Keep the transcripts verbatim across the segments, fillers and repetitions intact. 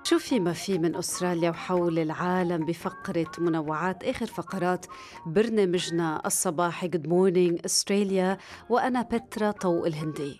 شو في ما في من أستراليا وحول العالم بفقرة منوعات آخر فقرات برنامجنا الصباحي Good Morning أستراليا، وأنا بترا طوق الهندي.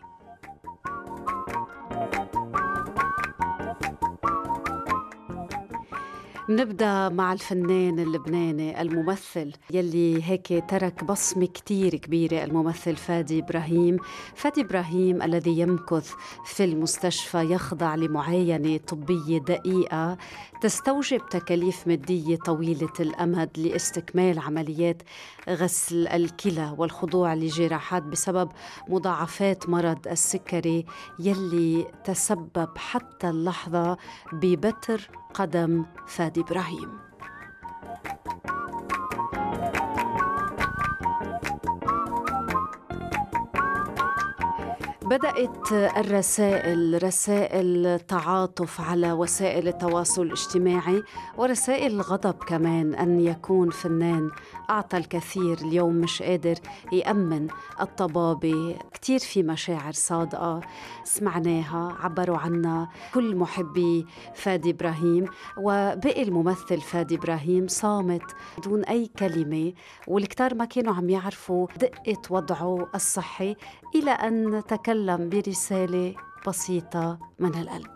نبدأ مع الفنان اللبناني الممثل يلي هيك ترك بصمة كتير كبيرة، الممثل فادي إبراهيم. فادي إبراهيم الذي يمكث في المستشفى يخضع لمعاينة طبية دقيقة تستوجب تكاليف مادية طويلة الأمد لاستكمال عمليات غسل الكلى والخضوع لجراحات بسبب مضاعفات مرض السكري يلي تسبب حتى اللحظة ببتر قدم فادي إبراهيم. بدأت الرسائل رسائل تعاطف على وسائل التواصل الاجتماعي ورسائل الغضب كمان، أن يكون فنان أعطى الكثير اليوم مش قادر يأمن الطبابة. كتير في مشاعر صادقة سمعناها عبروا عنها كل محبي فادي إبراهيم، وبقي الممثل فادي إبراهيم صامت دون أي كلمة، والكتار ما كانوا عم يعرفوا دقة وضعه الصحي إلى أن تكلم برسالة بسيطة من القلب.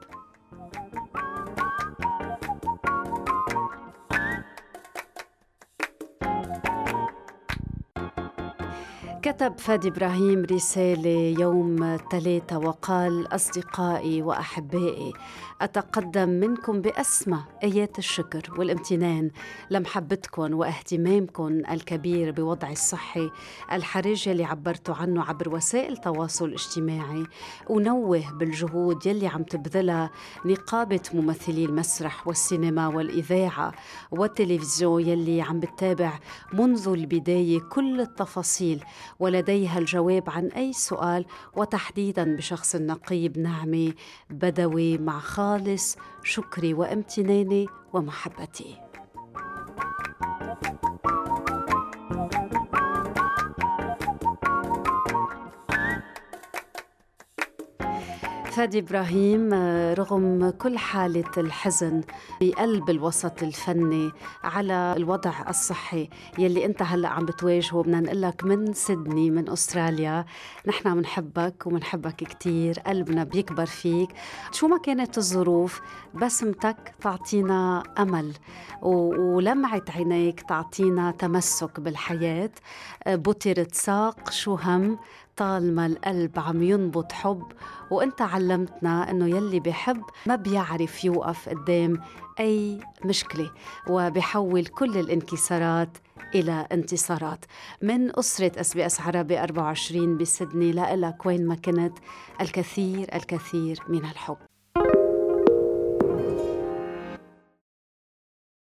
كتب فادي إبراهيم رسالة يوم الثلاثاء وقال: أصدقائي وأحبائي، أتقدم منكم بأسمى آيات الشكر والامتنان لمحبتكم واهتمامكم الكبير بوضعي الصحي الحرج يلي عبرتوا عنه عبر وسائل التواصل الاجتماعي. ونوه بالجهود يلي عم تبذلها نقابة ممثلي المسرح والسينما والإذاعة والتلفزيون يلي عم بتتابع منذ البداية كل التفاصيل ولديها الجواب عن أي سؤال، وتحديداً بشخص النقيب نعمة بدوي، مع خالص شكري وامتناني ومحبتي. فادي إبراهيم رغم كل حالة الحزن بقلب الوسط الفني على الوضع الصحي يلي انت هلأ عم بتواجهه، بدنا نقلك من سيدني من أستراليا نحن منحبك ومنحبك كتير، قلبنا بيكبر فيك. شو ما كانت الظروف بسمتك تعطينا أمل، ولمعة عينيك تعطينا تمسك بالحياة. بطرة ساق شو هم طالما القلب عم ينبض حب، وانت علمتنا انه يلي بيحب ما بيعرف يوقف قدام اي مشكلة، وبيحول كل الانكسارات الى انتصارات. من أسرة اس بي اس عربي أربعة وعشرين بسيدني لإلك وين ما كنت، الكثير الكثير من الحب.